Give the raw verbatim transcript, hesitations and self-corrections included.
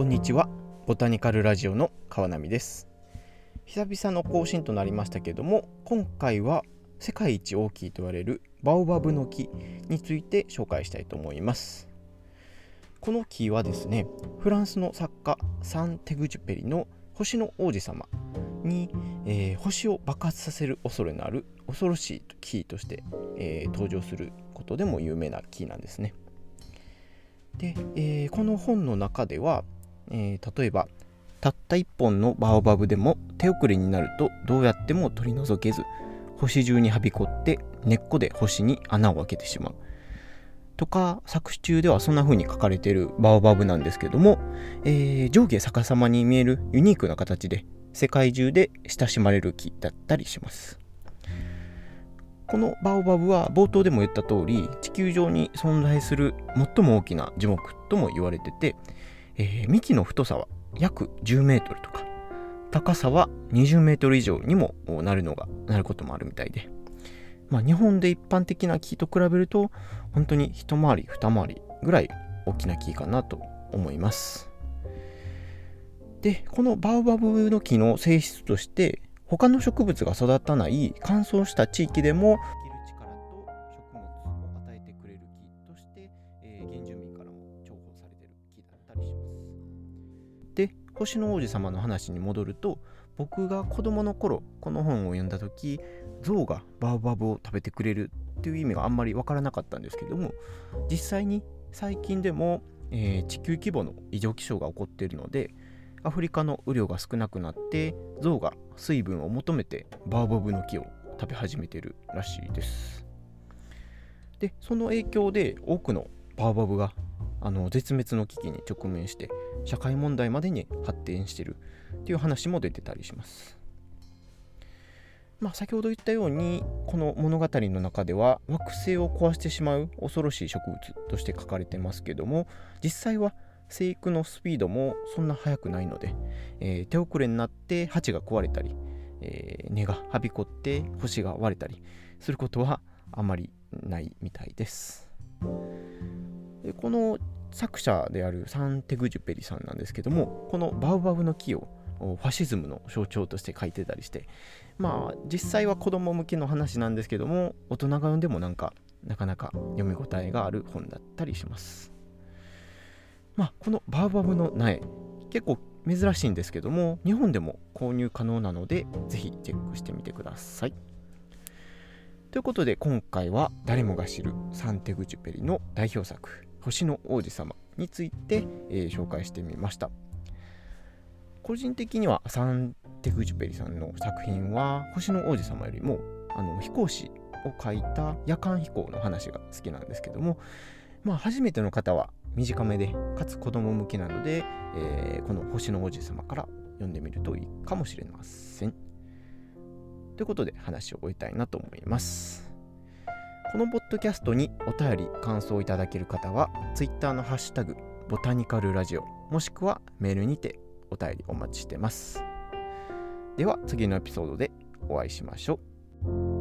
こんにちは。ボタニカルラジオの川波です。久々の更新となりましたけども、今回は世界一大きいと言われるバオバブの木について紹介したいと思います。この木はですね、フランスの作家サンテグジュペリの星の王子様に、えー、星を爆発させる恐れのある恐ろしい木として、えー、登場することでも有名な木なんですね。で、えー、この本の中では、えー、例えばたった一本のバオバブでも手遅れになるとどうやっても取り除けず、星中にはびこって根っこで星に穴を開けてしまうとか、作詞中ではそんな風に書かれているバオバブなんですけども、えー、上下逆さまに見えるユニークな形で世界中で親しまれる木だったりします。このバオバブは冒頭でも言った通り、地球上に存在する最も大きな樹木とも言われてて、えー、幹の太さは約じゅうメートルとか、高さはにじゅうメートル以上にもなるのがなることもあるみたいで、まあ、日本で一般的な木と比べると本当に一回り二回りぐらい大きな木かなと思います。で、このバオバブの木の性質として、他の植物が育たない乾燥した地域でも生きる力と食物を与えてくれる木として、えー、原住民からも重宝されている木だったりします。で、星の王子様の話に戻ると、僕が子供の頃この本を読んだ時、象がバオバブを食べてくれるっていう意味があんまり分からなかったんですけども、実際に最近でも、えー、地球規模の異常気象が起こっているので、アフリカの雨量が少なくなって象が水分を求めてバオバブの木を食べ始めているらしいです。で、その影響で多くのバオバブがあの絶滅の危機に直面して社会問題までに発展しているっていう話も出てたりします。まあ、先ほど言ったように、この物語の中では惑星を壊してしまう恐ろしい植物として書かれてますけども、実際は生育のスピードもそんな速くないので、えー、手遅れになって鉢が壊れたり、えー、根がはびこって星が割れたりすることはあまりないみたいです。で、この作者であるサンテグジュペリさんなんですけども、このバオバブの木をファシズムの象徴として書いてたりして、まあ実際は子供向けの話なんですけども、大人が読んでもなんかなかなか読み応えがある本だったりします。まあ、このバオバブの苗、結構珍しいんですけども、日本でも購入可能なので、ぜひチェックしてみてください。ということで、今回は誰もが知るサンテグジュペリの代表作、星の王子様について、えー、紹介してみました。個人的にはサンテグジュペリさんの作品は、星の王子様よりもあの飛行士を描いた夜間飛行の話が好きなんですけども、まあ、初めての方は短めでかつ子供向けなので、えー、この星の王子様から読んでみるといいかもしれません。ということで、話を終えたいなと思います。このポッドキャストにお便り感想をいただける方は Twitter のハッシュタグボタニカルラジオ、もしくはメールにてお便りお待ちしてます。では次のエピソードでお会いしましょう。